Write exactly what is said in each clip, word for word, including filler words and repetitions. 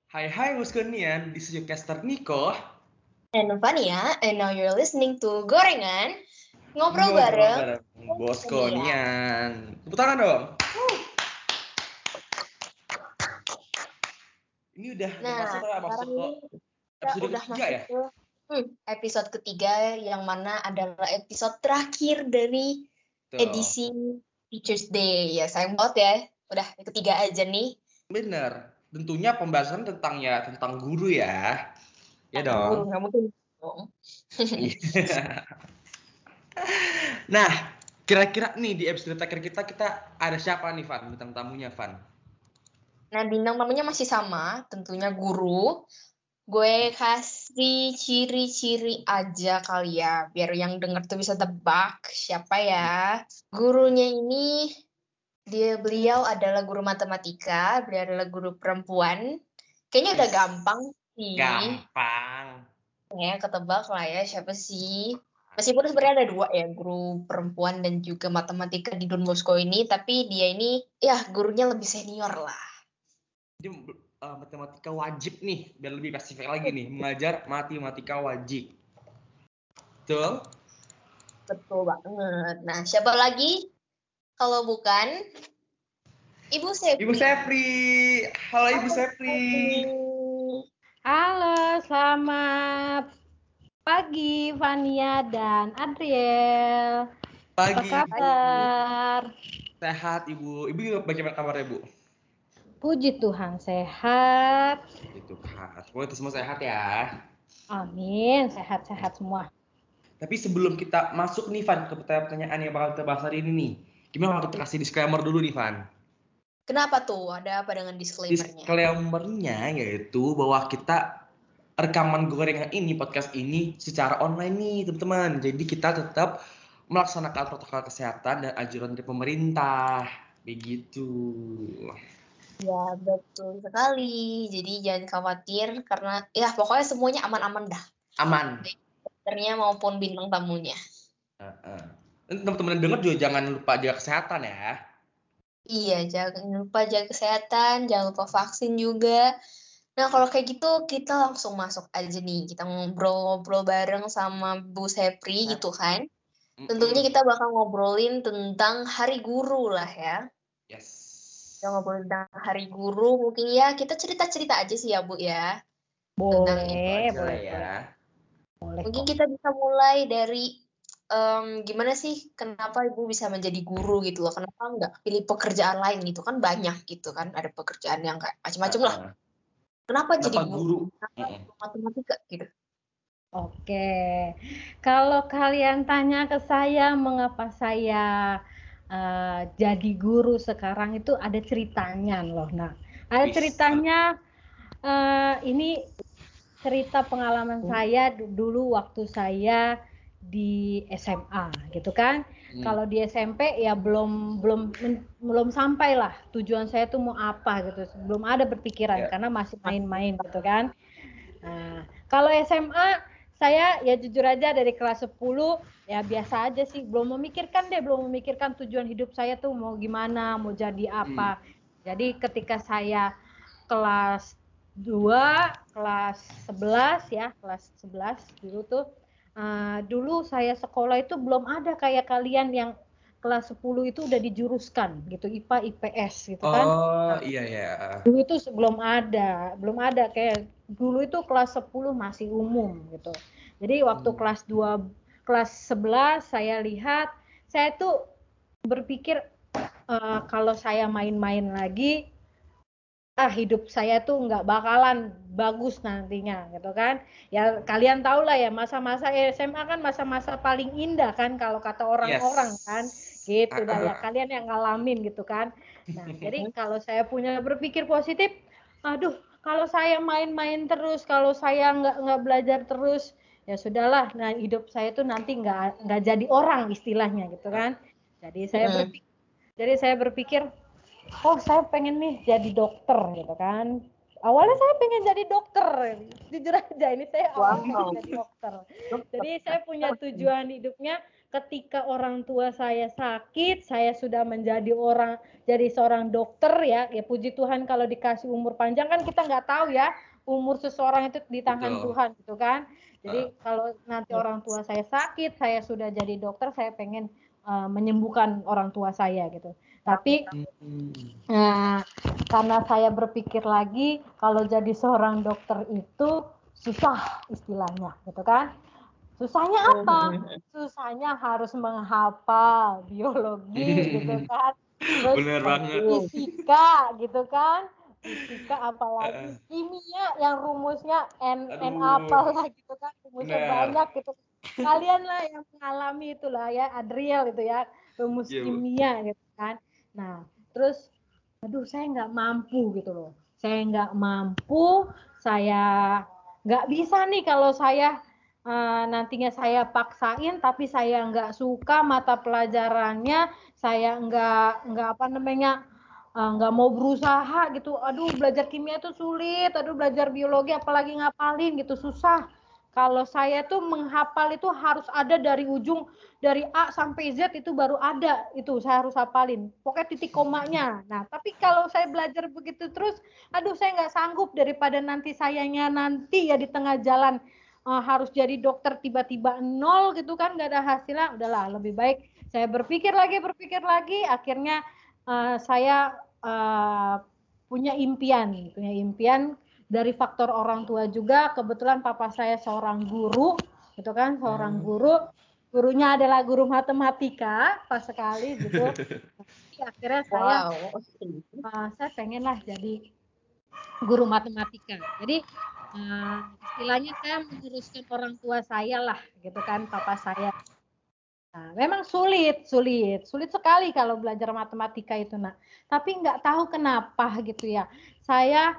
Hai hai Muskunian, this is your caster Niko. And Vania, and now you're listening to Gorengan, ngobrol, Ngobrol bareng, bareng Boskonian. Tepuk tangan dong. Ini udah Nah, masuk ke masuk ke episode udah ketiga masuk ya? ke hmm, episode ketiga yang mana adalah episode terakhir dari Tuh. edisi Teachers Day. Ya, sayang banget ya. Udah ketiga aja nih. Bener. Tentunya pembahasan tentang ya tentang guru ya. Ya dong. Guru nggak mungkin dong. Nah, kira-kira nih di episode terakhir kita kita ada siapa nih Van? Bintang tamunya Van. Nah, bintang tamunya masih sama, tentunya guru. Gue kasih ciri-ciri aja kali ya, biar yang denger tuh bisa tebak siapa ya. Gurunya ini, dia beliau adalah guru matematika, beliau adalah guru perempuan. Kayaknya udah gampang sih. Gampang. Ya, ketebak lah ya, siapa sih. Meskipun sebenarnya ada dua ya, guru perempuan dan juga matematika di Don Bosco ini, tapi dia ini, ya gurunya lebih senior lah. Dia uh, matematika wajib nih, biar lebih spesifik lagi nih, mengajar matematika wajib. Betul? Betul banget. Nah, siapa lagi kalau bukan Ibu Sepri. Ibu Sepri. Halo Ibu Sepri. Halo, selamat pagi Vania dan Adriel. Pagi. Apa kabar? Sehat Ibu. Ibu bagaimana kabarnya Bu? Puji Tuhan sehat. Puji Tuhan. Semoga semua sehat ya. Amin, sehat-sehat semua. Tapi sebelum kita masuk nih Van ke pertanyaan yang bakal kita bahas hari ini nih, gimana kalau kita kasih disclaimer dulu nih Van? Kenapa tuh? Ada apa dengan disclaimer-nya? Disclaimer-nya yaitu bahwa kita rekaman gorengan ini, podcast ini secara online nih teman-teman. Jadi kita tetap melaksanakan protokol kesehatan dan anjuran dari pemerintah. Begitu. Ya, betul sekali. Jadi jangan khawatir karena ya pokoknya semuanya aman-aman dah. Aman. Dokternya maupun bintang tamunya. Uh-uh. Teman-teman dengar juga jangan lupa jaga kesehatan ya. Iya, jangan lupa jaga kesehatan, jangan lupa vaksin juga. Nah, kalau kayak gitu kita langsung masuk aja nih. Kita ngobrol-ngobrol bareng sama Bu Sepri nah. gitu kan. Tentunya kita bakal ngobrolin tentang Hari Guru lah ya. Yes. Kita ngobrolin tentang Hari Guru, mungkin ya kita cerita-cerita aja sih ya Bu ya. Boleh, boleh ya. Boleh. Mungkin kita bisa mulai dari um, gimana sih kenapa Ibu bisa menjadi guru gitu loh. Kenapa nggak pilih pekerjaan lain gitu kan banyak gitu kan. Ada pekerjaan yang kayak macam-macam lah. Kenapa, kenapa jadi guru? guru? Kenapa uh-uh. matematika gitu? Oke. Kalau kalian tanya ke saya mengapa saya Uh, jadi guru sekarang itu ada ceritanya loh. Nah, ada ceritanya. Uh, ini cerita pengalaman saya dulu waktu saya di S M A, gitu kan. Hmm. Kalau di S M P ya belum belum belum sampai lah tujuan saya tuh mau apa gitu. Belum ada berpikiran yeah. karena masih main-main gitu kan. Nah, kalau S M A saya ya jujur aja dari kelas sepuluh ya biasa aja sih, belum memikirkan deh, belum memikirkan tujuan hidup saya tuh mau gimana, mau jadi apa. Hmm. Jadi ketika saya kelas dua, kelas sebelas ya, kelas sebelas dulu tuh, uh, dulu saya sekolah itu belum ada kayak kalian yang kelas sepuluh itu udah dijuruskan gitu, I P A, I P S gitu kan. Oh, iya ya. Dulu itu belum ada, belum ada kayak dulu itu kelas sepuluh masih umum gitu. Jadi waktu hmm. kelas dua, kelas sebelas saya lihat, saya tuh berpikir uh, kalau saya main-main lagi, ah hidup saya tuh nggak bakalan bagus nantinya gitu kan. Ya kalian tahu lah ya, masa-masa S M A kan masa-masa paling indah kan kalau kata orang-orang yes. kan. Gitu dah ya, kalian yang ngalamin gitu kan. Nah, jadi kalau saya punya berpikir positif, aduh, kalau saya main-main terus, kalau saya nggak nggak belajar terus, ya sudahlah. Nah, hidup saya tuh nanti nggak nggak jadi orang istilahnya gitu kan. Jadi saya berpikir, jadi saya berpikir, oh saya pengen nih jadi dokter gitu kan. Awalnya saya pengen jadi dokter, jujur aja ini saya awalnya wow. pengen jadi dokter. Jadi saya punya tujuan hidupnya ketika orang tua saya sakit, saya sudah menjadi orang, jadi seorang dokter ya. Ya puji Tuhan kalau dikasih umur panjang kan kita nggak tahu ya umur seseorang itu di tangan Betul. Tuhan gitu kan. Jadi Uh, kalau nanti orang tua saya sakit, saya sudah jadi dokter, saya pengen uh, menyembuhkan orang tua saya gitu. Tapi hmm. Nah, karena saya berpikir lagi kalau jadi seorang dokter itu susah istilahnya, gitu kan? Susahnya apa? Susahnya harus menghafal biologi, gitu kan? Terus Bener banget. fisika, gitu kan? Fisika Uh, apalagi kimia yang rumusnya n n aduh, apalah gitu kan, rumusnya bener. banyak gitu. Kalian lah yang mengalami itulah ya, Adriel itu ya, rumus Iya, Bu. kimia gitu kan. Nah, terus aduh saya nggak mampu gitu loh. Saya nggak mampu, saya nggak bisa nih kalau saya uh, nantinya saya paksain tapi saya nggak suka mata pelajarannya, saya nggak nggak apa namanya uh, nggak mau berusaha gitu. Aduh belajar kimia itu sulit, aduh belajar biologi apalagi ngapalin gitu susah. Kalau saya tuh menghafal itu harus ada dari ujung, dari A sampai Z itu baru ada, itu saya harus hafalin. Pokoknya titik komanya. Nah, tapi kalau saya belajar begitu terus, aduh saya nggak sanggup daripada nanti sayanya nanti ya di tengah jalan uh, harus jadi dokter tiba-tiba nol gitu kan, nggak ada hasilnya. Udahlah, lebih baik saya berpikir lagi, berpikir lagi. Akhirnya uh, saya uh, punya impian, punya impian dari faktor orang tua juga. Kebetulan papa saya seorang guru, gitu kan, seorang guru. Gurunya adalah guru matematika, pas sekali gitu. Jadi akhirnya saya, Wow. uh, saya pengenlah jadi guru matematika. Jadi uh, istilahnya saya meneruskan orang tua saya lah, gitu kan, papa saya. Nah, memang sulit, sulit, sulit sekali kalau belajar matematika itu, nak. Tapi nggak tahu kenapa gitu ya. Saya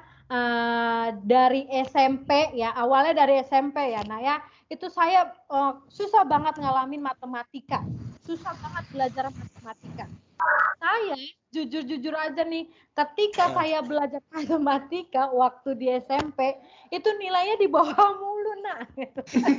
uh, dari S M P ya, awalnya dari S M P ya, nah ya, itu saya uh, susah banget ngalamin matematika, susah banget belajar matematika. Saya jujur-jujur aja nih, ketika Uh, saya belajar matematika waktu di S M P, itu nilainya di bawah mulu, nak. Gitu kan.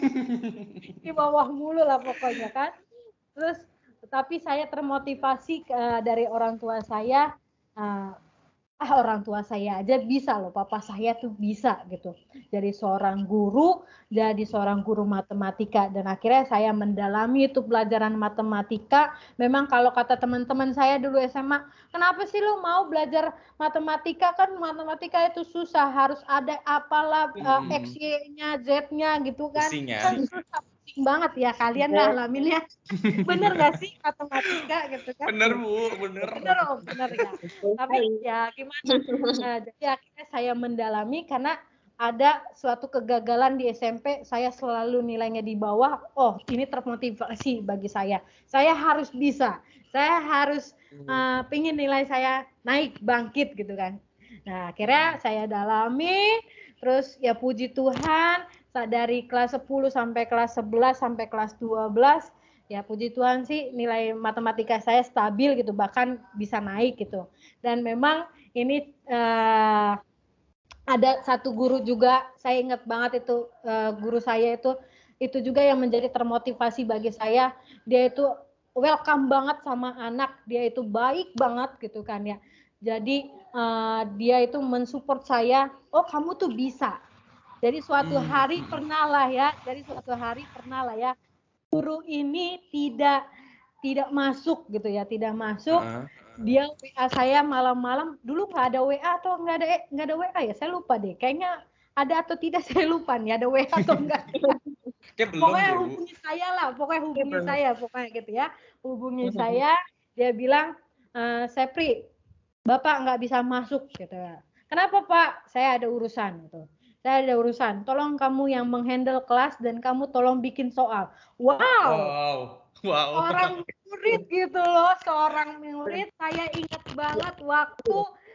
Di bawah mulu lah pokoknya kan. Terus tetapi saya termotivasi uh, dari orang tua saya, uh, ah orang tua saya aja bisa loh, papa saya tuh bisa gitu. Jadi seorang guru, jadi seorang guru matematika, dan akhirnya saya mendalami itu pelajaran matematika. Memang kalau kata teman-teman saya dulu S M A, kenapa sih lo mau belajar matematika, kan matematika itu susah, harus ada apalah uh, hmm. X Y-nya, Z-nya gitu kan. Pusing ya. Kan susah, pusing banget ya, kalian ngalaminnya. Bener gak sih matematika gitu kan? Bener, Bu, bener. Bener, oh, bener ya. Tapi ya gimana? Nah, jadi akhirnya saya mendalami karena ada suatu kegagalan di S M P, saya selalu nilainya di bawah. Oh, ini termotivasi bagi saya. Saya harus bisa. Saya harus uh, pingin nilai saya naik, bangkit gitu kan. Nah, akhirnya saya dalami, terus ya puji Tuhan, dari kelas sepuluh sampai kelas sebelas sampai kelas dua belas, ya puji Tuhan sih nilai matematika saya stabil gitu, bahkan bisa naik gitu. Dan memang ini uh, ada satu guru juga, saya ingat banget itu uh, guru saya itu itu juga yang menjadi termotivasi bagi saya. Dia itu welcome banget sama anak, dia itu baik banget gitu kan ya. Jadi uh, dia itu mensupport saya, oh kamu tuh bisa. Jadi suatu hari pernah lah ya, jadi suatu hari pernah lah ya, guru ini tidak tidak masuk gitu ya, tidak masuk. Uh-huh. Dia W A saya malam-malam, dulu nggak ada W A atau nggak ada nggak ada W A ya, saya lupa deh. Kayaknya ada atau tidak saya lupa nih, ada W A atau enggak. Pokoknya hubungi saya lah, pokoknya hubungi saya, pokoknya gitu ya. Hubungi saya, dia bilang, e, Sepri, Bapak nggak bisa masuk gitu. Kenapa Pak? Saya ada urusan gitu. Saya ada urusan, tolong kamu yang menghandle kelas dan kamu tolong bikin soal. Wow, wow. Wow. Orang murid gitu loh, seorang murid. Saya ingat banget waktu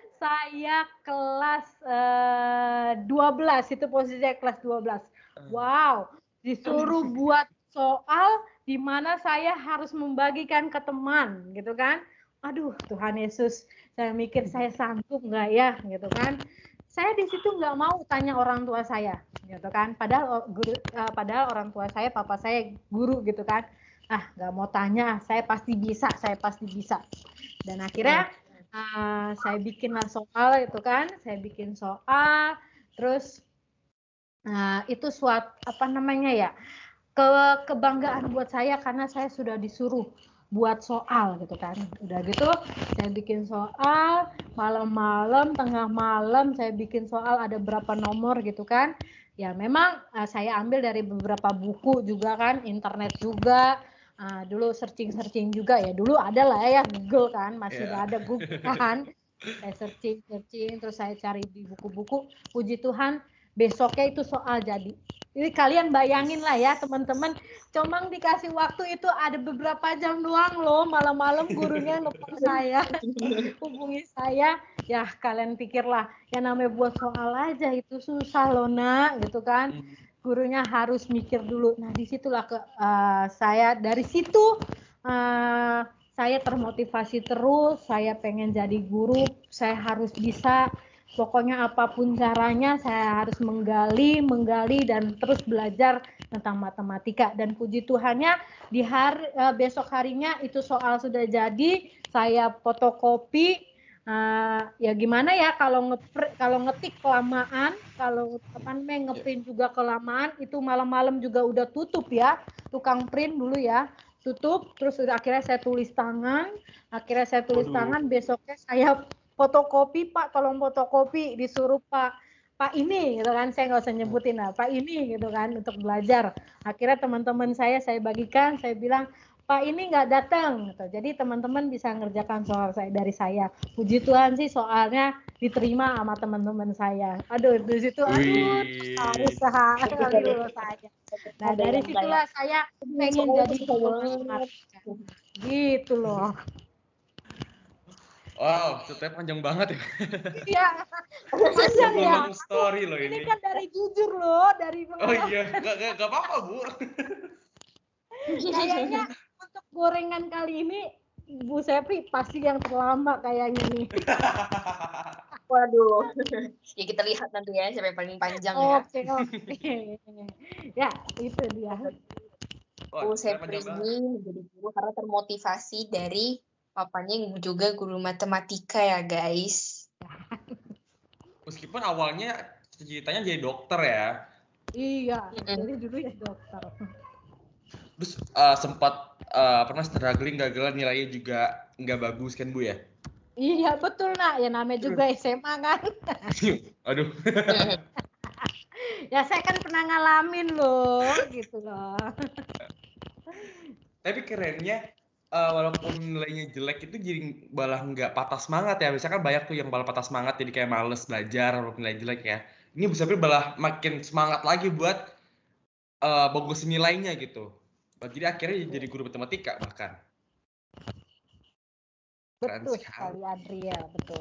saya kelas uh, dua belas, itu posisinya kelas dua belas. Wow, disuruh buat soal di mana saya harus membagikan ke teman gitu kan. Aduh, Tuhan Yesus, saya mikir saya sanggup nggak ya gitu kan. Saya di situ nggak mau tanya orang tua saya gitu kan. Padahal guru, uh, padahal orang tua saya, papa saya guru gitu kan. ah nggak mau tanya, saya pasti bisa, saya pasti bisa. Dan akhirnya uh, saya bikinlah soal itu kan, saya bikin soal, terus uh, itu suatu apa namanya ya, ke kebanggaan buat saya karena saya sudah disuruh buat soal gitu kan. Udah gitu saya bikin soal, malam-malam, tengah malam saya bikin soal ada berapa nomor gitu kan. Ya memang uh, saya ambil dari beberapa buku juga kan, internet juga. Uh, dulu searching-searching juga ya. Dulu ada lah ya Google kan, masih yeah. ada Google kan. Saya searching-searching, terus saya cari di buku-buku. Puji Tuhan, besoknya itu soal jadi. Jadi kalian bayangin lah ya teman-teman, cuma dikasih waktu itu ada beberapa jam doang loh, malam-malam gurunya nelfon saya, hubungi saya, ya kalian pikirlah, yang namanya buat soal aja itu susah loh nak, gitu kan, gurunya harus mikir dulu. Nah disitulah ke uh, saya dari situ uh, saya termotivasi terus, saya pengen jadi guru, saya harus bisa. Pokoknya apapun caranya saya harus menggali, menggali dan terus belajar tentang matematika. Dan puji Tuhannya di hari uh, besok harinya itu soal sudah jadi, saya fotokopi. Uh, ya gimana ya kalau nge kalau ngetik kelamaan, kalau apa namanya ngeprint juga kelamaan, itu malam-malam juga udah tutup ya, tukang print dulu ya, tutup. Terus akhirnya saya tulis tangan, akhirnya saya tulis Aduh. tangan, besoknya saya fotokopi Pak, tolong fotokopi, disuruh Pak Pak ini gitu kan, saya nggak usah nyebutin lah, Pak ini gitu kan untuk belajar. Akhirnya teman-teman saya saya bagikan, saya bilang Pak ini nggak datang gitu. Jadi teman-teman bisa ngerjakan soal saya dari saya. Puji Tuhan sih soalnya diterima sama teman-teman saya. Aduh di situ aduh usaha kali dulu saya. Nah dari situlah saya pengen jadi guru gitu loh. Wow, ceritanya panjang banget ya. Iya, panjang ya. Story loh ini. Ini kan dari jujur loh, dari Oh iya, gak, gak, gak apa-apa Bu. Kayaknya untuk gorengan kali ini Bu Sepri pasti yang terlama kayaknya nih. Waduh, ya kita lihat nanti ya siapa yang paling panjang ya. Oke oke. Ya itu dia. Bu Sepri ini menjadi guru karena termotivasi dari papanya yang juga guru matematika ya guys. Meskipun awalnya ceritanya jadi dokter ya. Iya, mm-hmm. Jadi dulu ya dokter. Terus uh, sempat uh, pernah struggling, gagal, nilainya juga nggak bagus kan Bu ya? Iya betul nak, ya namanya juga S M A kan. Aduh. Ya saya kan pernah ngalamin loh, gitu loh. Tapi kerennya, uh, walaupun nilainya jelek itu jadi malah nggak patah semangat ya. Misalkan banyak tuh yang malah patah semangat jadi kayak males belajar walaupun nilai jelek ya. Ini Bu Sepri malah makin semangat lagi buat uh, bagusin nilainya gitu. Jadi akhirnya jadi guru matematika bahkan. Betul sekali Adria, betul.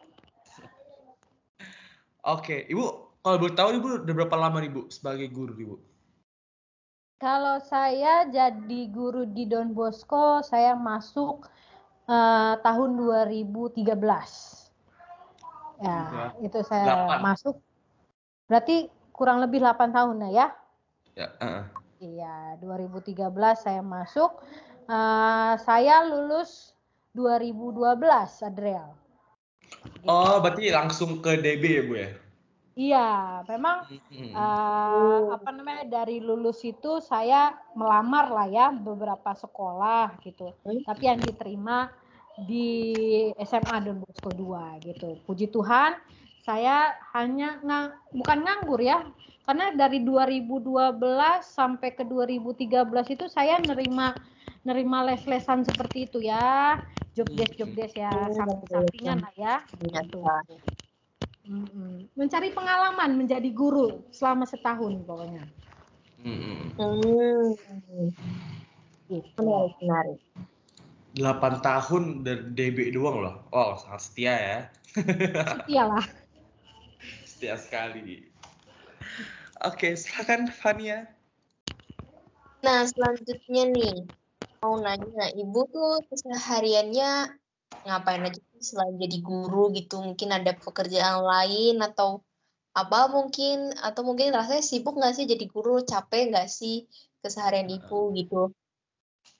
Oke, Ibu kalau boleh tahu Ibu udah berapa lama nih Bu sebagai guru Ibu? Kalau saya jadi guru di Don Bosco, saya masuk uh, tahun dua ribu tiga belas. Ya, ya. Itu saya delapan. Masuk. Berarti kurang lebih delapan tahun ya? Ya. Uh-uh. Iya, dua ribu tiga belas saya masuk. Uh, saya lulus dua ribu dua belas, Adriel. Gitu. Oh, berarti langsung ke D B ya Bu ya? Iya, memang hmm. uh, apa namanya dari lulus itu saya melamar lah ya beberapa sekolah gitu. Hmm. Tapi yang diterima di S M A Don Bosco dua gitu. Puji Tuhan, saya hanya ngang, bukan nganggur ya. Karena dari dua ribu dua belas sampai ke dua ribu tiga belas itu saya nerima nerima les-lesan seperti itu ya. Job desk job desk ya, samping-sampingan lah ya. Gitu. Mm-hmm. Mencari pengalaman menjadi guru selama setahun pokoknya. Mm-hmm. Hmm. Gitu. Menarik. delapan tahun dari D B doang loh. Oh, sangat setia ya. Setia lah. Setia sekali. Oke, silakan Fania. Nah, selanjutnya nih mau nanya, Ibu tuh kesehariannya ngapain aja selain jadi guru gitu? Mungkin ada pekerjaan lain atau apa mungkin, atau mungkin rasanya sibuk nggak sih jadi guru, capek nggak sih keseharian Ibu gitu?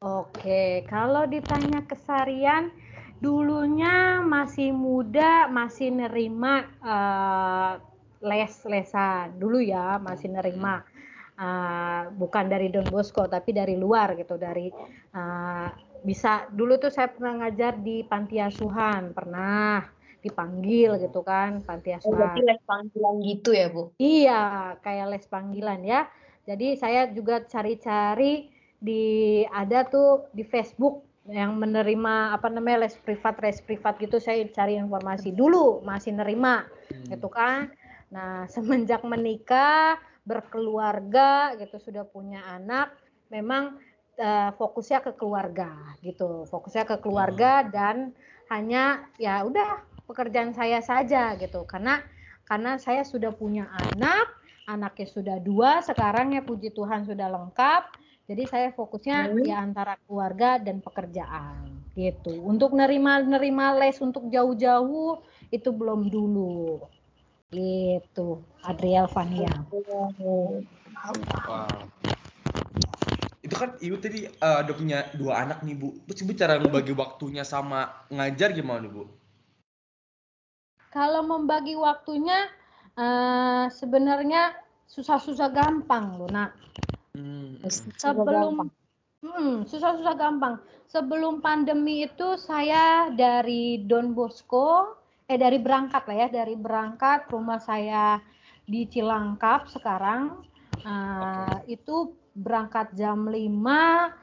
Oke, kalau ditanya keseharian, dulunya masih muda, masih nerima eh, les-lesan dulu ya, masih nerima. Uh, bukan dari Don Bosco tapi dari luar gitu, dari uh, bisa dulu tuh saya pernah ngajar di panti asuhan, pernah dipanggil gitu kan, panti Oh, berarti asuhan. les panggilan gitu ya, Bu? Iya, kayak les panggilan ya. Jadi saya juga cari-cari di ada tuh di Facebook yang menerima apa namanya les privat, les privat gitu, saya cari informasi dulu masih nerima gitu kan. Nah, semenjak menikah, berkeluarga gitu, sudah punya anak, memang uh, fokusnya ke keluarga gitu, fokusnya ke keluarga dan hanya ya udah pekerjaan saya saja gitu, karena karena saya sudah punya anak, anaknya sudah dua, sekarang ya puji Tuhan sudah lengkap, jadi saya fokusnya Hmm. ya antara keluarga dan pekerjaan gitu. Untuk nerima-nerima les untuk jauh-jauh itu belum dulu. Gitu, Adriel Fania. Oh. Wow. Itu kan Ibu tadi uh, udah punya dua anak nih, Bu. Terus Ibu cara membagi waktunya sama ngajar gimana, Bu? Kalau membagi waktunya uh, sebenarnya susah-susah gampang loh, Nak. Hmm. Sebelum hmm, susah-susah gampang. Sebelum pandemi itu saya dari Don Bosco, eh dari berangkat lah ya, dari berangkat rumah saya di Cilangkap sekarang. Uh, Okay. Itu berangkat jam lima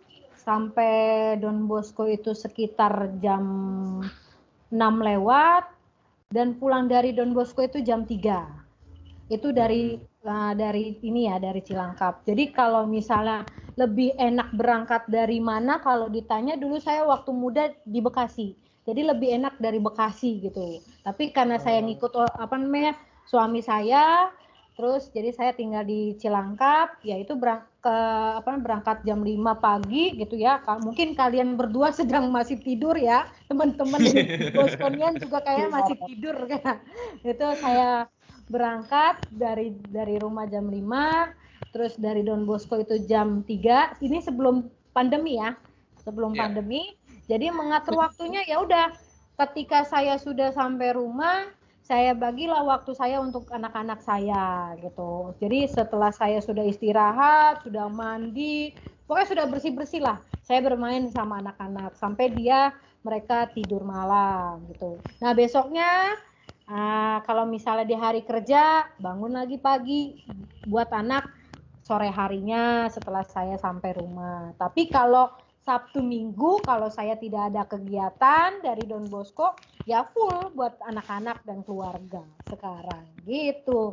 sampai Don Bosco itu sekitar jam enam lewat, dan pulang dari Don Bosco itu jam tiga. Itu dari Hmm. uh, dari ini ya, dari Cilangkap. Jadi kalau misalnya lebih enak berangkat dari mana, kalau ditanya, dulu saya waktu muda di Bekasi, jadi lebih enak dari Bekasi gitu. Tapi karena saya ngikut apa namanya suami saya, terus jadi saya tinggal di Cilangkap, yaitu berang, ke apa berangkat jam lima pagi gitu ya. Mungkin kalian berdua sedang masih tidur ya, teman-teman di Bosconian juga kayaknya masih tidur kan. Itu saya berangkat dari dari rumah jam lima, terus dari Don Bosco itu jam tiga. Ini sebelum pandemi ya. Sebelum Yeah. pandemi. Jadi mengatur waktunya ya udah, ketika saya sudah sampai rumah, saya bagilah waktu saya untuk anak-anak saya gitu. Jadi setelah saya sudah istirahat, sudah mandi, pokoknya sudah bersih-bersih lah, saya bermain sama anak-anak sampai dia mereka tidur malam gitu. Nah, besoknya Nah, kalau misalnya di hari kerja, bangun lagi pagi buat anak sore harinya setelah saya sampai rumah. Tapi kalau Sabtu Minggu, kalau saya tidak ada kegiatan dari Don Bosco, ya full buat anak-anak dan keluarga sekarang. Gitu.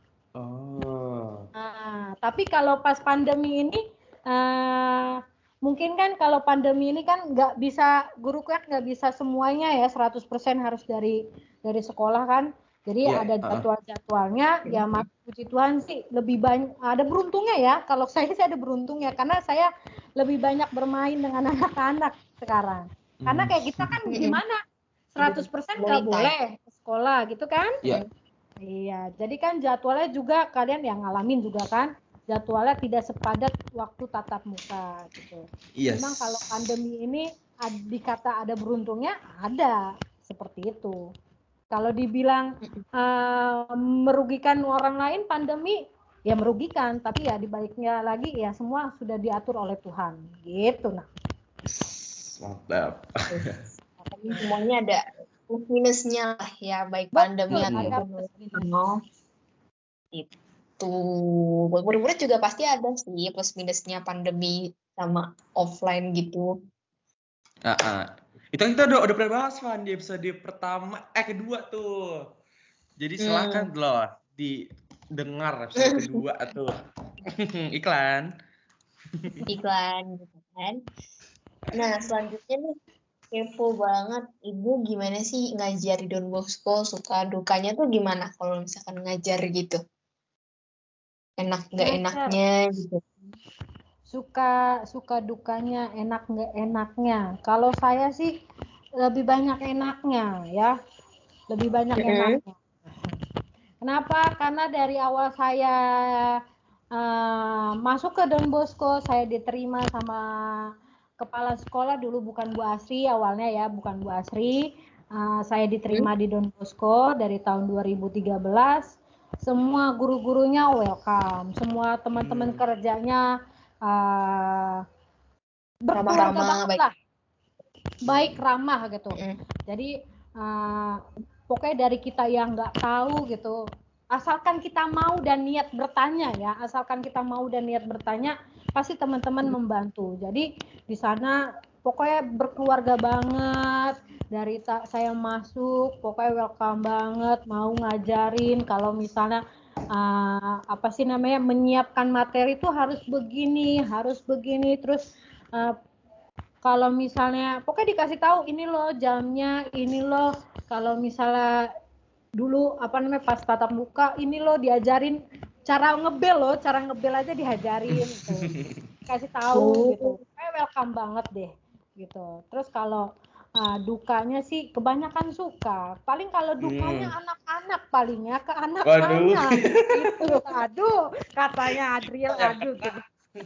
Oh. Nah, tapi kalau pas pandemi ini, uh, mungkin kan kalau pandemi ini kan nggak bisa, guru kan nggak bisa semuanya ya, seratus persen harus dari dari sekolah kan. Jadi Yeah. ada Uh. jadwal-jadwalnya, ya mas, puji Tuhan sih lebih banyak, ada beruntungnya ya, kalau saya sih ada beruntungnya, karena saya lebih banyak bermain dengan anak-anak sekarang. Karena kayak kita kan gimana, seratus persen nggak boleh ke sekolah gitu kan. Yeah. Iya, jadi kan jadwalnya juga kalian yang ngalamin juga kan, jadwalnya tidak sepadat waktu tatap muka gitu. Yes. Memang kalau pandemi ini dikata ada beruntungnya, ada seperti itu. Kalau dibilang uh, merugikan orang lain pandemi, ya merugikan, tapi ya dibaliknya lagi ya semua sudah diatur oleh Tuhan, gitu nah. Mantap. Tapi semuanya ada plus minusnya lah ya, baik pandemi ataupun no. Itu buat murid-murid juga pasti ada sih plus minusnya pandemi sama offline gitu. Uh, uh. Itu kita udah udah pernah bahas Van di episode pertama eh kedua tuh. Jadi silakan hmm. loh didengar episode kedua tuh. Iklan. Iklan gitu kan. Nah, selanjutnya nih, kepo banget, Ibu gimana sih ngajar di Don Bosco, suka dukanya tuh gimana kalau misalkan ngajar gitu? Enak nggak enaknya gitu? Suka suka dukanya, enak nggak enaknya. Kalau saya sih lebih banyak enaknya ya, lebih banyak mm-hmm. enaknya. Kenapa? Karena dari awal saya uh, masuk ke Don Bosco, saya diterima sama kepala sekolah dulu bukan Bu Asri awalnya ya, bukan Bu Asri. Uh, saya diterima di Don Bosco dari tahun dua ribu tiga belas. Semua guru-gurunya welcome, semua teman-teman Hmm. kerjanya uh, berkeluarga Ramah-ramah, banget baik. lah, baik ramah gitu. Mm. Jadi uh, pokoknya dari kita yang nggak tahu gitu, asalkan kita mau dan niat bertanya ya, asalkan kita mau dan niat bertanya, pasti teman-teman membantu. Jadi di sana pokoknya berkeluarga banget. Dari ta- saya masuk pokoknya welcome banget, mau ngajarin. Kalau misalnya uh, apa sih namanya, menyiapkan materi itu harus begini, harus begini, terus uh, kalau misalnya pokoknya dikasih tahu ini loh jamnya, ini loh kalau misalnya dulu apa namanya pas tatap muka ini loh diajarin cara ngebel loh, cara ngebel aja diajarin gitu. Kasih tahu gitu. Kayak welcome banget deh gitu. Terus kalau uh, dukanya sih kebanyakan suka. Paling kalau dukanya Hmm. anak-anak paling ya, ke Waduh. anak-anak gitu. Aduh, katanya Adriel aduh gitu.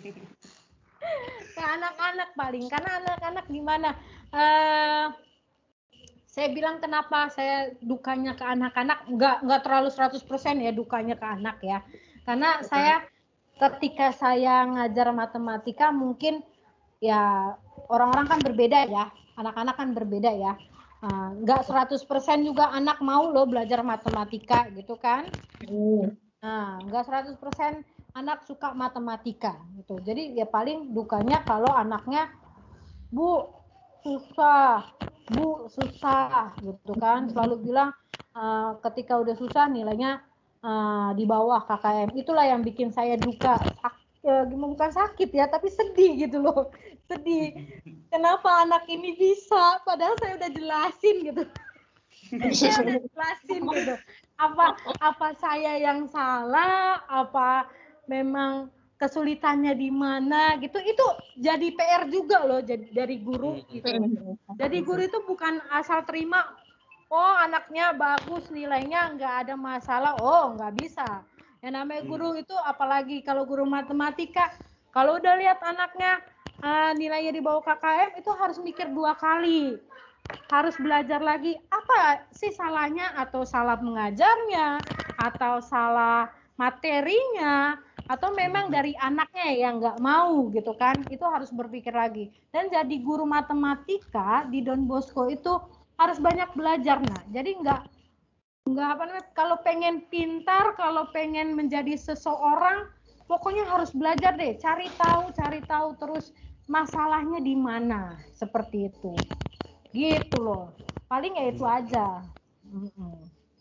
Ke anak-anak paling, karena anak-anak gimana? Uh, saya bilang kenapa saya dukanya ke anak-anak, nggak nggak terlalu seratus persen ya dukanya ke anak ya. Karena saya ketika saya ngajar matematika mungkin ya orang-orang kan berbeda ya, anak-anak kan berbeda ya. Uh, nggak seratus persen juga anak mau loh belajar matematika gitu kan. Nah, nggak seratus persen anak suka matematika gitu. Jadi ya paling dukanya kalau anaknya, Bu, susah, Bu, susah gitu kan. Selalu bilang uh, ketika udah susah nilainya uh, di bawah K K M. Itulah yang bikin saya duka. Sak- ya, bukan sakit ya, tapi sedih gitu loh. Sedih. Kenapa anak ini bisa? Padahal saya udah jelasin gitu. Saya udah jelasin gitu. Apa apa saya yang salah? Apa memang kesulitannya di mana gitu? Itu jadi P R juga loh jadi dari guru gitu. Jadi guru itu bukan asal terima, oh anaknya bagus nilainya nggak ada masalah, oh nggak bisa. Yang namanya guru itu apalagi kalau guru matematika, kalau udah lihat anaknya uh, nilainya di bawah K K M itu harus mikir dua kali. Harus belajar lagi apa sih salahnya, atau salah mengajarnya, atau salah materinya, atau memang dari anaknya yang nggak mau gitu kan. Itu harus berpikir lagi. Dan jadi guru matematika di Don Bosco itu harus banyak belajar. Nah jadi nggak nggak apa namanya, kalau pengen pintar, kalau pengen menjadi seseorang pokoknya harus belajar deh, cari tahu cari tahu terus masalahnya di mana, seperti itu gitu loh. Paling ya itu aja. Mm-mm.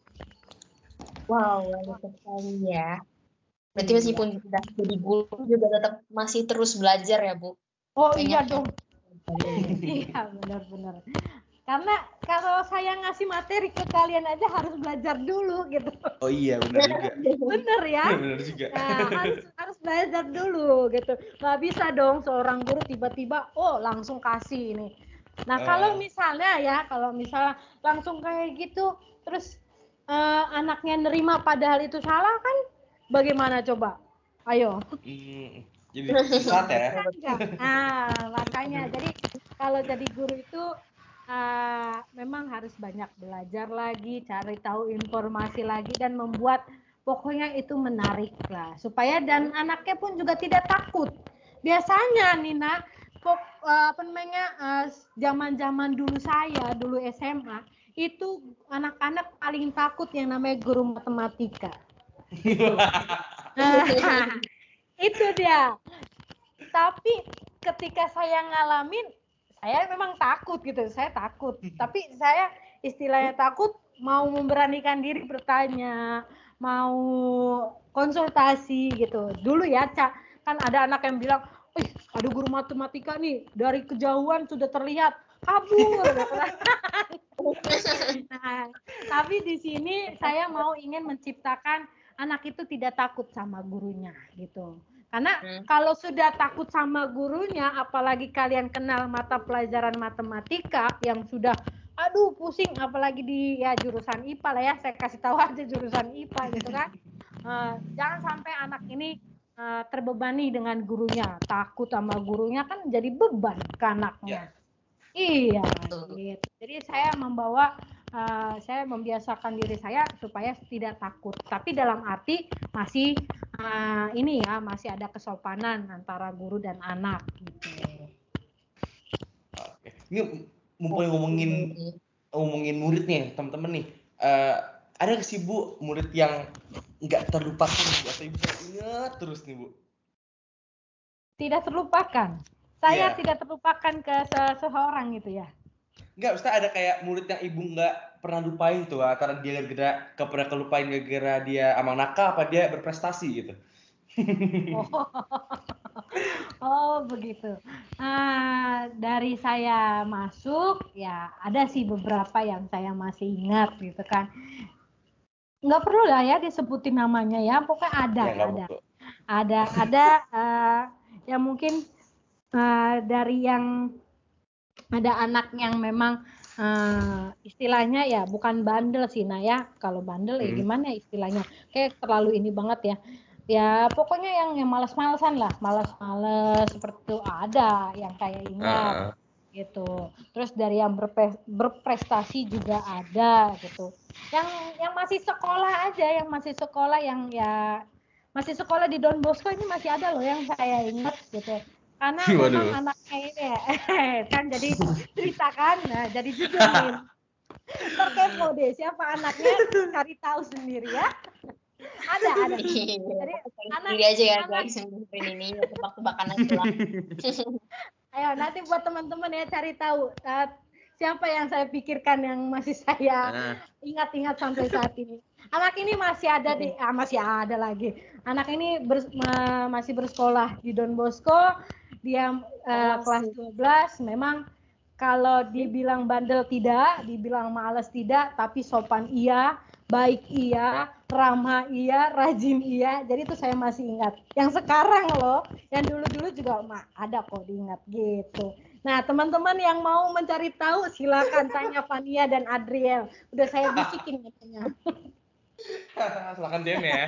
Wow, banyak sekali ya. Berarti meskipun sudah jadi guru juga tetap masih terus belajar ya, Bu? Oh Banyak iya yang- dong. Iya benar-benar. Karena kalau saya ngasih materi ke kalian aja harus belajar dulu gitu. Oh iya benar juga. Bener ya. Benar juga. Nah, harus harus belajar dulu gitu. Nggak bisa dong seorang guru tiba-tiba oh langsung kasih ini. Nah, kalau misalnya ya, kalau misalnya langsung kayak gitu, terus uh, anaknya nerima padahal itu salah kan, bagaimana coba? Ayo. Hmm, jadi susah ya. Nah, makanya jadi kalau jadi guru itu uh, memang harus banyak belajar lagi, cari tahu informasi lagi, dan membuat pokoknya itu menarik lah, supaya dan anaknya pun juga tidak takut. Biasanya Nina, pok, uh, apa namanya, uh, zaman-zaman dulu saya, dulu S M A, itu anak-anak paling takut yang namanya guru matematika. Nah, itu dia. Tapi ketika saya ngalamin, saya memang takut gitu, saya takut. Tapi saya istilahnya takut, mau memberanikan diri bertanya, mau konsultasi gitu. Dulu ya, Cak, kan ada anak yang bilang, "Ih, ada guru matematika nih, dari kejauhan sudah terlihat kabur." Nah, tapi di sini saya mau ingin menciptakan anak itu tidak takut sama gurunya gitu. Karena hmm. kalau sudah takut sama gurunya, apalagi kalian kenal mata pelajaran matematika yang sudah, aduh pusing, apalagi di ya jurusan I P A lah ya, saya kasih tahu aja jurusan I P A gitu kan. Uh, jangan sampai anak ini uh, terbebani dengan gurunya, takut sama gurunya kan jadi beban ke anaknya. Ya. Iya, gitu. Jadi saya membawa, uh, saya membiasakan diri saya supaya tidak takut. Tapi dalam arti masih uh, ini ya, masih ada kesopanan antara guru dan anak. Gitu. Oke. Ini mumpung ngomongin ngomongin murid nih, teman-teman nih. Uh, ada nggak sih Bu murid yang nggak terlupakan atau Ibu ingat terus nih Bu? Tidak terlupakan. Saya yeah. tidak terlupakan ke seseorang gitu ya. Enggak, Ustaz, ada kayak murid yang Ibu nggak pernah lupain tuh, karena dia gara-gara nggak pernah kelupain gara-gara dia amang nakal apa dia berprestasi gitu. oh. oh begitu. Nah, dari saya masuk ya ada sih beberapa yang saya masih ingat gitu kan. Nggak perlu lah ya disebutin namanya ya, pokoknya ada ya, ada. ada ada uh, yang mungkin uh, dari yang ada anak yang memang uh, istilahnya ya bukan bandel sih nah ya, kalau bandel hmm. ya gimana istilahnya, kayak terlalu ini banget ya, ya pokoknya yang yang malas-malasan lah, malas-malas seperti itu ada yang kayak ingat uh. gitu. Terus dari yang berpe- berprestasi juga ada gitu. Yang yang masih sekolah aja, yang masih sekolah yang ya masih sekolah di Don Bosco ini masih ada loh yang saya ingat gitu. Karena Waduh. memang anaknya ini ya, kan jadi ceritakan, nah jadi jujur nih. Terkepo deh siapa anaknya, cari tahu sendiri ya. Ada, ada. Jadi anak diri aja ya guys yang ini tebak-tebakan aja lah. Ayo nanti buat teman-teman ya cari tahu uh, siapa yang saya pikirkan yang masih saya ingat-ingat sampai saat ini. Anak ini masih ada di, ah, masih ada lagi. Anak ini ber, ma, masih bersekolah di Don Bosco. Dia uh, oh, kelas dua belas. Memang kalau dibilang bandel tidak, dibilang malas tidak, tapi sopan iya, baik iya, ramah iya, rajin iya. Jadi itu saya masih ingat. Yang sekarang loh, yang dulu-dulu juga mah ada kok diingat gitu. Nah, teman-teman yang mau mencari tahu silakan tanya Fania dan Adriel. Udah saya bisikin katanya. Silakan D M ya.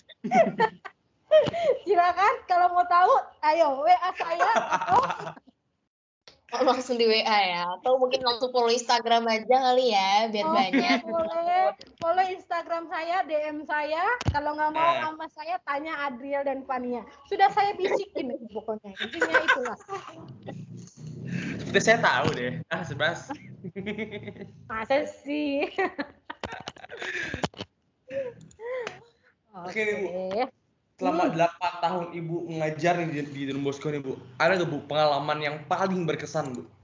Silakan kalau mau tahu, ayo W A saya atau oh, langsung di W A ya, atau mungkin langsung follow Instagram aja kali ya, biar oh, banyak. Boleh, follow Instagram saya, D M saya. Kalau nggak mau sama saya, tanya Adriel dan Fania. Sudah saya bisikin pokoknya. Intinya itulah. Seperti saya tahu deh. Ah, Sebas. Masa sih? Oke, okay, Bu. Selama hmm. delapan tahun Ibu mengajar di, di Don Bosco nih, Bu. Ada nggak, Bu, pengalaman yang paling berkesan, Bu?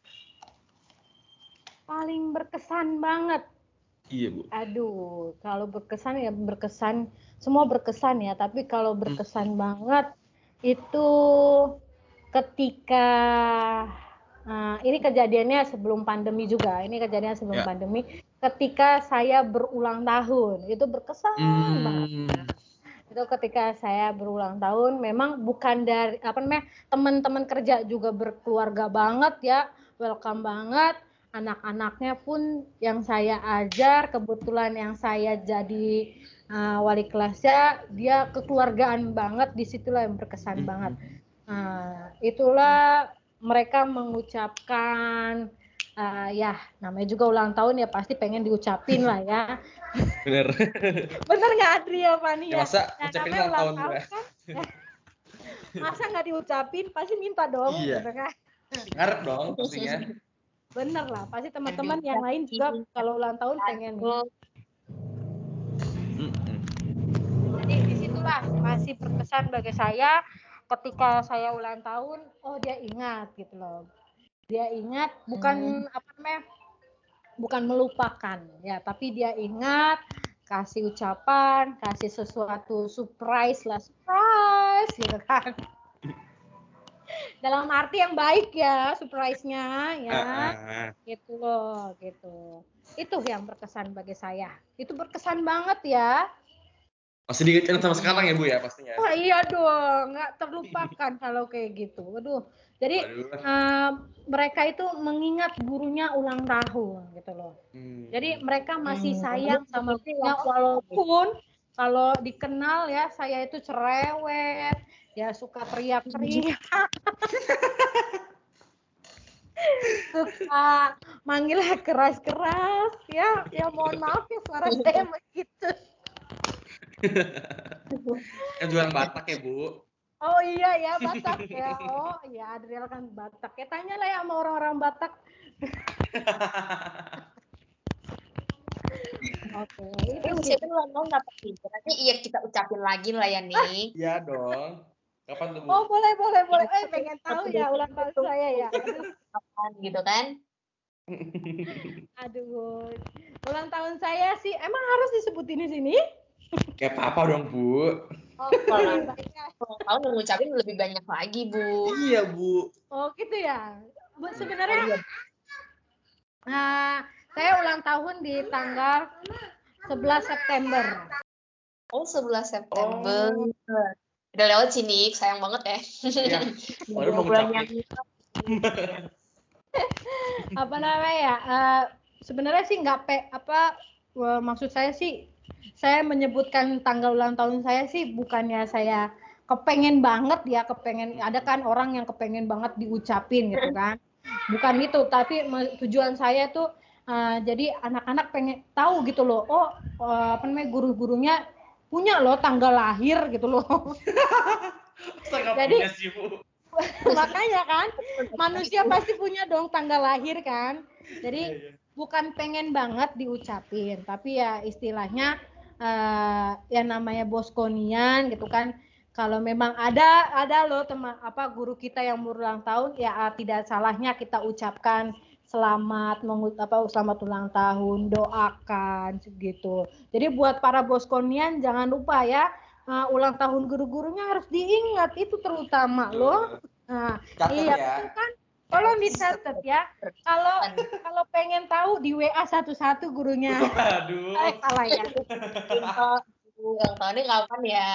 Paling berkesan banget. Iya, Bu. Aduh, kalau berkesan ya berkesan, semua berkesan ya, tapi kalau berkesan hmm. banget itu ketika uh, ini kejadiannya sebelum pandemi juga. Ini kejadiannya sebelum ya. pandemi. Ketika saya berulang tahun, itu berkesan hmm. banget. Itu ketika saya berulang tahun, memang bukan dari apa namanya teman-teman kerja juga berkeluarga banget ya, welcome banget. Anak-anaknya pun yang saya ajar, kebetulan yang saya jadi uh, wali kelasnya, dia kekeluargaan banget. Disitulah yang berkesan hmm. banget. Nah, itulah mereka mengucapkan. Uh, ya namanya juga ulang tahun ya pasti pengen diucapin lah ya. Bener. Bener nggak Adria Fania? Ya, masa nah, ucapin ulang tahun, tahun kan? Masa nggak diucapin pasti minta dong. Iya. Gitu kan? Ngarep dong pastinya. Bener lah, pasti teman-teman yang lain juga kalau ulang tahun pengen. Jadi disitulah masih berkesan bagi saya ketika saya ulang tahun, oh dia ingat gitu loh. Dia ingat bukan hmm. apa namanya bukan melupakan ya, tapi dia ingat, kasih ucapan, kasih sesuatu surprise lah, surprise gitu kan. Dalam arti yang baik ya, surprise-nya ya. Uh-uh. Gitu loh, gitu. Itu yang berkesan bagi saya. Itu berkesan banget ya. Masih diingat sama sekarang ya Bu ya pastinya. Wah iya dong, nggak terlupakan kalau kayak gitu. Waduh. Jadi uh, mereka itu mengingat gurunya ulang tahun gitu loh. Hmm. Jadi mereka masih sayang sama gurunya walaupun kalau dikenal ya saya itu cerewet, ya suka teriak-teriak, suka manggil keras-keras, ya, ya mohon maaf ya suara saya begitu. Yang jualan Batak ya, Bu? Oh iya ya Batak ya, oh ya Adriel kan Batak ya, tanyalah ya sama orang-orang Batak. Oke, Tapi itu usia sih. itu ulang tahun kapan nih? Berarti iya kita ucapin lagi lah ya nih. Iya dong. Kapan tuh, Bu? Oh boleh boleh boleh, eh pengen tahu ya ulang tahun Itu saya ya. Aduh, kapan gitu kan? aduh, ulang tahun saya sih emang harus disebutin di sini? Kayak apa dong, Bu? Oh, Kalau iya, baiklah. ulang tahun yang ngucapin lebih banyak lagi, Bu. Iya, Bu. Oh gitu ya. Bu, Oh, sebenarnya iya. nah, saya ulang tahun di tanggal sebelas September. Oh, sebelas September. Oh. Udah lewat sini, sayang banget ya. Iya. Baru Dua mau bulan ngucapin. yang Apa namanya ya? eh, sebenarnya sih nggak pe apa eh, maksud saya sih saya menyebutkan tanggal ulang tahun saya sih bukannya saya kepengen banget ya, kepengen ada kan orang yang kepengen banget diucapin gitu kan. Bukan itu, tapi me- tujuan saya tuh eh, jadi anak-anak pengen tahu gitu loh. Oh, eh, apa namanya guru-gurunya punya loh tanggal lahir gitu loh. Saya nggak Jadi- punya sih, Bu. Makanya kan manusia pasti punya dong tanggal lahir kan. Jadi Iya, iya. bukan pengen banget diucapin, tapi ya istilahnya eh, yang namanya boskonian gitu kan. Kalau memang ada ada loh teman apa guru kita yang berulang tahun ya ah, tidak salahnya kita ucapkan selamat mengut apa selamat ulang tahun, doakan gitu. Jadi buat para boskonian jangan lupa ya eh, ulang tahun guru-gurunya harus diingat itu terutama loh. Nah, Catat iya ya. betul kan? Tolong dicatat ya. Kalau kalau pengen tahu di W A satu-satu gurunya. Aduh. Eh salah ya. info ulang tahunnya kapan ya?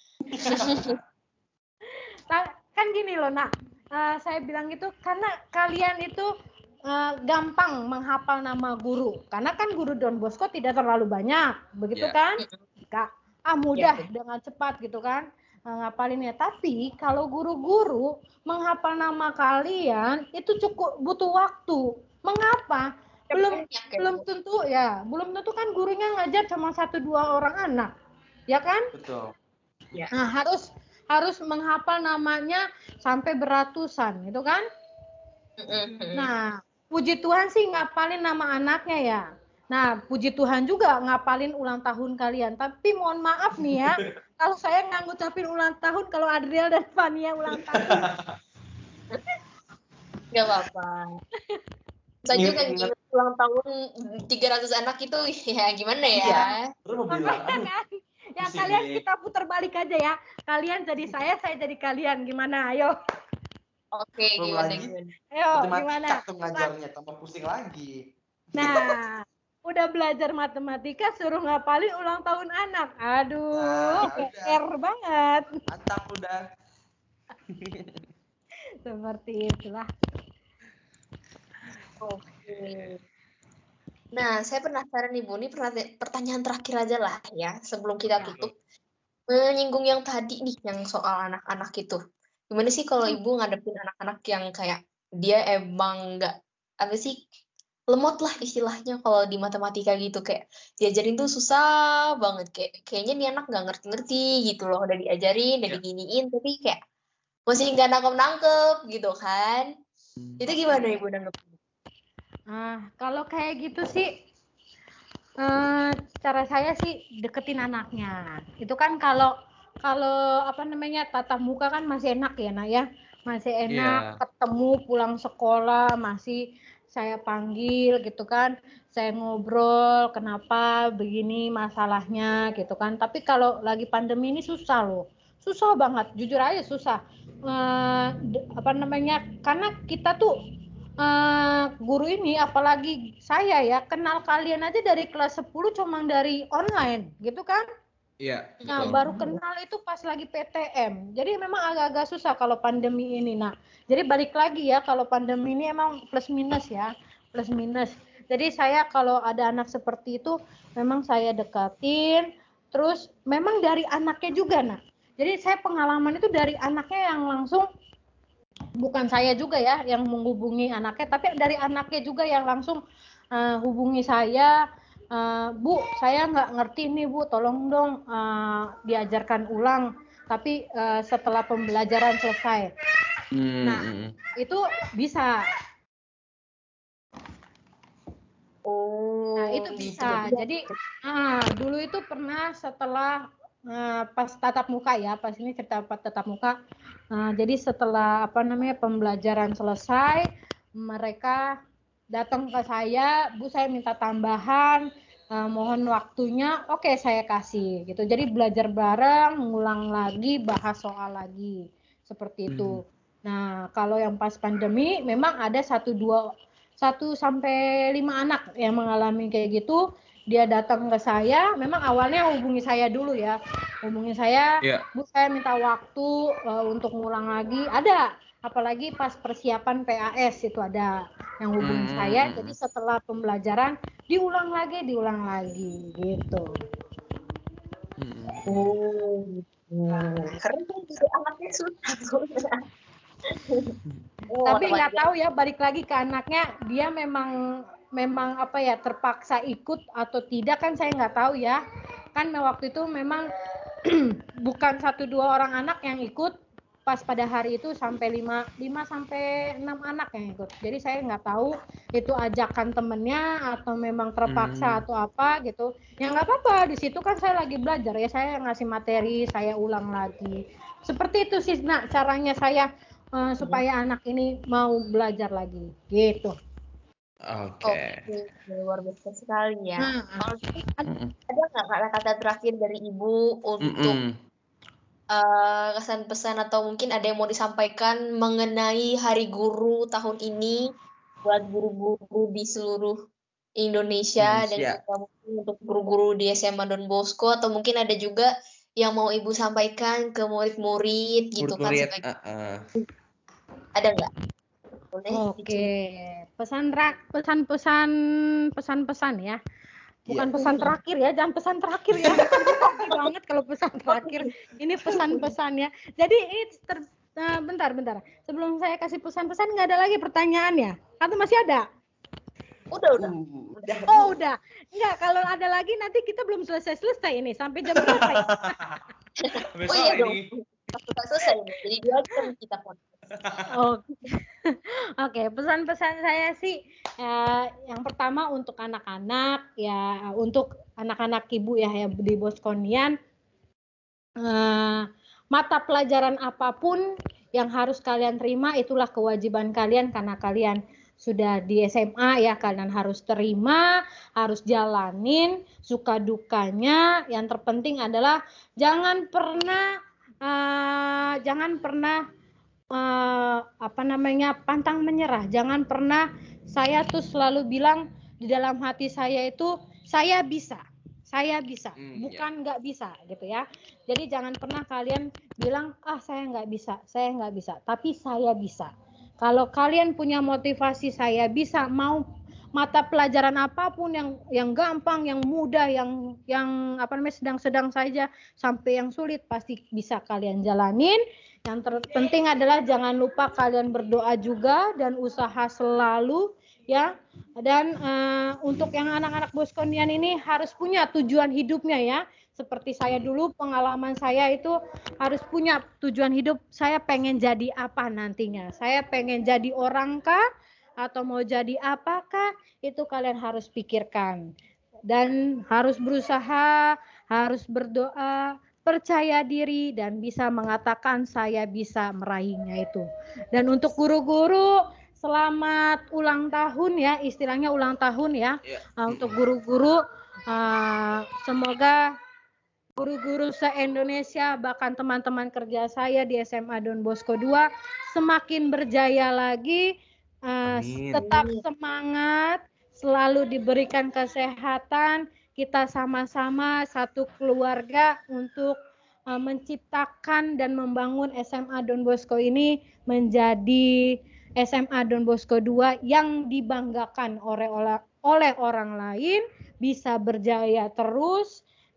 Nah, kan gini loh, Nak. Eh, saya bilang itu karena kalian itu eh, gampang menghafal nama guru. Karena kan guru Don Bosco tidak terlalu banyak, begitu Ya. kan? Kak, ah mudah Ya, dengan cepat gitu kan eh, ngapalinnya. Tapi kalau guru-guru menghafal nama kalian itu cukup butuh waktu. Mengapa? Belum banyak ya, belum Bu. tentu ya, belum tentu kan gurunya ngajar cuma satu dua orang anak, ya kan? Betul. Nah, harus harus menghafal namanya sampai beratusan, itu kan? Mm-mm. Nah, puji Tuhan sih ngapalin nama anaknya ya. Nah, puji Tuhan juga ngapalin ulang tahun kalian. Tapi mohon maaf nih ya, kalau saya nggak ngucapin ulang tahun, kalau Adriel dan Fania ulang tahun, Gak apa-apa. Saya Ingat- juga ingat. ingat ulang tahun tiga ratus anak itu ya gimana ya? Iya. Terus mau bilang, makanya aduh, kan, ya pusing kalian nih. kita putar balik aja ya. Kalian jadi saya, saya jadi kalian. Gimana? Ayo, Oke, Belum gimana lagi. gimana? ayo, matematika gimana? tuh ngajarnya, tambah pusing lagi. Nah, udah belajar matematika suruh ngapalin ulang tahun anak. Aduh, Nah, P R udah. banget. Antang udah. Seperti itulah. Oke. Nah, saya penasaran nih Bu, ini pertanya- pertanyaan terakhir aja lah ya, sebelum kita Ya. tutup. Menyinggung yang tadi nih, yang soal anak-anak itu. Gimana sih kalau Hmm. Ibu ngadepin anak-anak yang kayak dia emang nggak, apa sih, lemot lah istilahnya kalau di matematika gitu, kayak diajarin tuh susah banget, kayak kayaknya nih anak nggak ngerti-ngerti gitu loh, udah diajarin, udah Ya. diginiin, tapi kayak masih nggak nangkep-nangkep gitu kan. Itu gimana Ibu nanggepin? Nah, kalau kayak gitu sih, eh, cara saya sih deketin anaknya. Itu kan kalau kalau apa namanya tatap muka kan masih enak ya, Nak ya. Masih enak Iya. ketemu pulang sekolah, masih saya panggil gitu kan. Saya ngobrol, kenapa begini masalahnya gitu kan. Tapi kalau lagi pandemi ini susah loh. Susah banget, jujur aja susah. Eh, d- apa namanya? Karena kita tuh eh, guru ini apalagi saya ya kenal kalian aja dari kelas sepuluh cuma dari online gitu kan. Iya, Nah, betul. baru kenal itu pas lagi P T M. Jadi memang agak-agak susah kalau pandemi ini. Nah, jadi balik lagi ya kalau pandemi ini emang plus minus ya, plus minus. Jadi saya kalau ada anak seperti itu memang saya dekatin, Terus memang dari anaknya juga, nah. Jadi saya pengalaman itu dari anaknya yang langsung, bukan saya juga ya yang menghubungi anaknya, tapi dari anaknya juga yang langsung uh, hubungi saya, uh, Bu, saya nggak ngerti nih Bu, tolong dong uh, diajarkan ulang, tapi uh, setelah pembelajaran selesai. Hmm. Nah, itu bisa. Oh, Nah, itu bisa. gitu. Jadi, ah, dulu itu pernah setelah uh, pas tatap muka ya, pas ini cerita pas tatap muka. Uh, jadi setelah apa namanya pembelajaran selesai, mereka datang ke saya, Bu, saya minta tambahan, uh, mohon waktunya. Oke, saya kasih gitu. Jadi belajar bareng, ngulang lagi, bahas soal lagi, seperti itu. Nah, kalau yang pas pandemi, memang ada satu dua satu sampai lima anak yang mengalami kayak gitu. Dia datang ke saya, memang awalnya hubungi saya dulu ya, hubungi saya, Yeah. Bu, saya minta waktu uh, untuk ngulang lagi. Ada, apalagi pas persiapan P A S itu ada yang hubungi Hmm. saya. Jadi setelah pembelajaran diulang lagi, diulang lagi gitu. Hmm. Oh, keren tuh, jadi anaknya susah. Oh, Tapi nggak teman-teman. tahu ya, balik lagi ke anaknya, dia memang memang apa ya, terpaksa ikut atau tidak kan saya nggak tahu ya. Kan waktu itu memang bukan satu dua orang anak yang ikut, pas pada hari itu sampai lima sampai enam anak yang ikut. Jadi saya nggak tahu itu ajakan temennya atau memang terpaksa Hmm. atau apa gitu. Ya nggak apa-apa, di situ kan saya lagi belajar ya, saya ngasih materi, saya ulang lagi. Seperti itu sih, nah caranya saya uh, supaya anak ini mau belajar lagi gitu. Oke. Oke, luar biasa sekali ya. Nah, Kalau gitu, Mm-mm. ada nggak kata-kata terakhir dari Ibu untuk Mm-mm. uh, kesan pesan atau mungkin ada yang mau disampaikan mengenai Hari Guru tahun ini buat guru-guru di seluruh Indonesia dan Indonesia. juga mungkin untuk guru-guru di S M A Don Bosco, atau mungkin ada juga yang mau Ibu sampaikan ke murid-murid gitu kan, Murid-murid. sebagai Uh-uh. ada nggak? Boleh oke, diceritakan. pesan rak, pesan-pesan pesan-pesan ya. Bukan Iya. pesan terakhir ya, jangan pesan terakhir ya. Grogi banget kalau pesan terakhir. Ini pesan-pesan ya. Jadi ini ter, uh, bentar, bentar. Sebelum saya kasih pesan-pesan, nggak ada lagi pertanyaannya? Atau masih ada? Udah, udah. Uh, udah. Oh, udah. Enggak, kalau ada lagi nanti kita belum selesai-selesai ini. Sampai jam berapa ya? Sampai Oh sore iya dong. ini. Sudah selesai ini. Jadi dua jam kita podcast. Oke, Oke, pesan-pesan saya sih eh, yang pertama untuk anak-anak ya, untuk anak-anak ibu ya, ya di Boskonian, eh, mata pelajaran apapun yang harus kalian terima itulah kewajiban kalian karena kalian sudah di S M A ya, kalian harus terima, harus jalanin suka dukanya. Yang terpenting adalah jangan pernah uh, jangan pernah Uh, apa namanya pantang menyerah. Jangan pernah, saya tuh selalu bilang di dalam hati saya itu saya bisa, saya bisa, Hmm, bukan nggak bisa gitu ya. Jadi jangan pernah kalian bilang ah saya nggak bisa, saya nggak bisa, tapi saya bisa. Kalau kalian punya motivasi saya bisa, mau mata pelajaran apapun yang yang gampang, yang mudah, yang yang apa namanya sedang-sedang saja sampai yang sulit pasti bisa kalian jalanin. Yang terpenting adalah jangan lupa kalian berdoa juga dan usaha selalu ya. Dan uh, untuk yang anak-anak Boskonian ini harus punya tujuan hidupnya ya. Seperti saya dulu, pengalaman saya itu harus punya tujuan hidup. Saya pengen jadi apa nantinya? Saya pengen jadi orang kah? Atau mau jadi apakah? Itu kalian harus pikirkan. Dan harus berusaha, harus berdoa, percaya diri dan bisa mengatakan saya bisa meraihnya itu. Dan untuk guru-guru, selamat ulang tahun ya, istilahnya ulang tahun ya. Yeah. Uh, untuk guru-guru, uh, semoga guru-guru se-Indonesia, bahkan teman-teman kerja saya di S M A Don Bosco dua semakin berjaya lagi, uh, tetap semangat, selalu diberikan kesehatan, kita sama-sama satu keluarga untuk uh, menciptakan dan membangun S M A Don Bosco ini menjadi S M A Don Bosco dua yang dibanggakan oleh oleh orang lain, bisa berjaya terus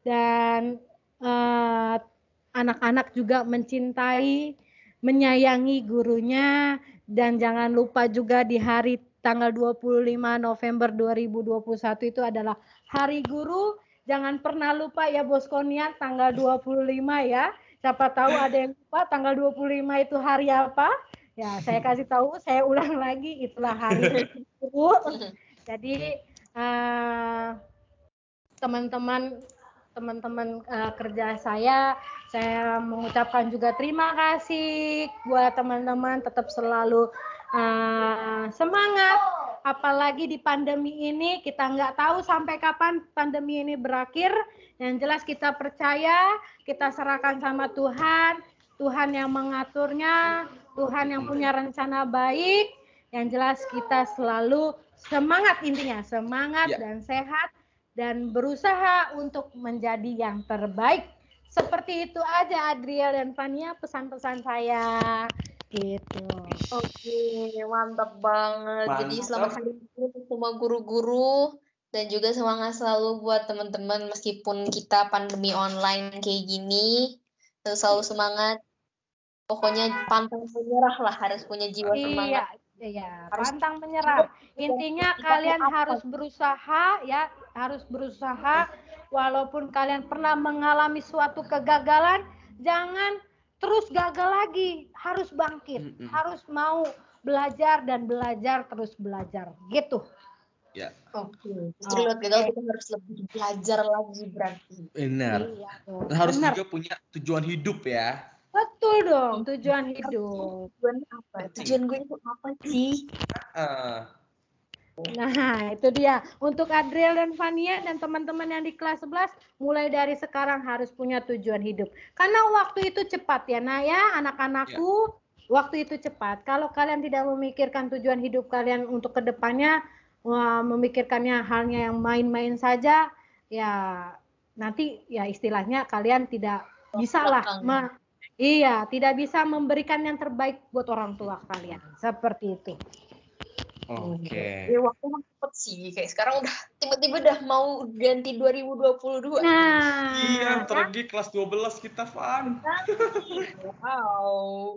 dan eh, anak-anak juga mencintai, menyayangi gurunya, dan jangan lupa juga di hari tanggal dua puluh lima November dua ribu dua puluh satu itu adalah Hari Guru. Jangan pernah lupa ya Boskonian tanggal dua puluh lima ya. Siapa tahu ada yang lupa tanggal dua puluh lima itu hari apa? Ya, saya kasih tahu, saya ulang lagi, itulah Hari Guru. Jadi uh, teman-teman teman-teman uh, kerja saya, saya mengucapkan juga terima kasih buat teman-teman, tetap selalu uh, semangat. Apalagi di pandemi ini, kita nggak tahu sampai kapan pandemi ini berakhir. Yang jelas kita percaya, kita serahkan sama Tuhan, Tuhan yang mengaturnya, Tuhan yang punya rencana baik. Yang jelas kita selalu semangat, intinya semangat ya. Dan sehat, dan berusaha untuk menjadi yang terbaik. Seperti itu aja Adriel dan Fania pesan-pesan saya gitu. Oke, mantap banget. Mantap. Jadi selamat hari guru untuk semua guru-guru, dan juga semangat selalu buat teman-teman meskipun kita pandemi online kayak gini, terus selalu semangat. Pokoknya pantang menyerah lah, harus punya jiwa semangat. Iya. Iya, pantang menyerah. Intinya kalian harus berusaha ya, harus berusaha walaupun kalian pernah mengalami suatu kegagalan, jangan terus gagal lagi, harus bangkit, mm-hmm. harus mau belajar dan belajar terus belajar, gitu. Ya. Oke. Justru lewat gagal kita harus lebih belajar lagi berarti. Benar. Iya, harus Benar. juga punya tujuan hidup ya. Betul dong, tujuan hidup. Tujuan apa? Tujuan gue itu apa sih? Uh. Nah, itu dia. Untuk Adriel dan Fania dan teman-teman yang di kelas sebelas, mulai dari sekarang harus punya tujuan hidup. Karena waktu itu cepat ya, nah ya anak-anakku, ya. Waktu itu cepat. Kalau kalian tidak memikirkan tujuan hidup kalian untuk kedepannya, wah, memikirkannya halnya yang main-main saja, ya nanti ya istilahnya kalian tidak bisa lah. Iya, tidak bisa memberikan yang terbaik buat orang tua kalian. Seperti itu. Oke. Okay. Ya, waktu cepet sih. Kayak sekarang udah tiba-tiba udah mau ganti dua ribu dua puluh dua. Nah. Iya, ntar lagi kelas dua belas kita, Van. Wow.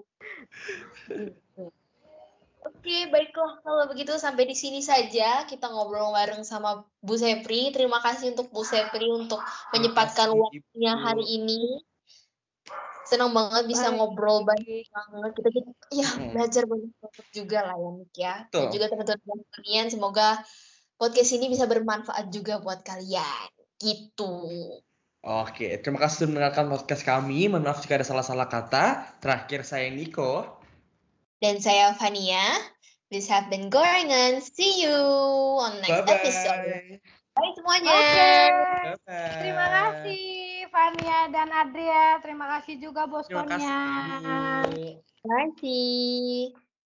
Oke, baiklah kalau begitu sampai di sini saja kita ngobrol bareng sama Bu Sepri. Terima kasih untuk Bu Sepri untuk menyempatkan waktunya hari ini. Senang banget bisa Baik. ngobrol banyak banget. Kita jadi ya hmm. belajar banyak banget juga lah ya, Nik ya. Tuh. Dan juga teman-teman kalian, semoga podcast ini bisa bermanfaat juga buat kalian. Gitu. Oke, terima kasih sudah mendengarkan podcast kami. Mohon maaf jika ada salah-salah kata. Terakhir saya Niko. Dan saya Fania. This have been Gorengan. See you on next Bye-bye. episode. Bye semuanya. Okay. Bye-bye. Terima kasih Fania dan Adria. Terima kasih juga Boskonia. Terima kasih. Terima kasih.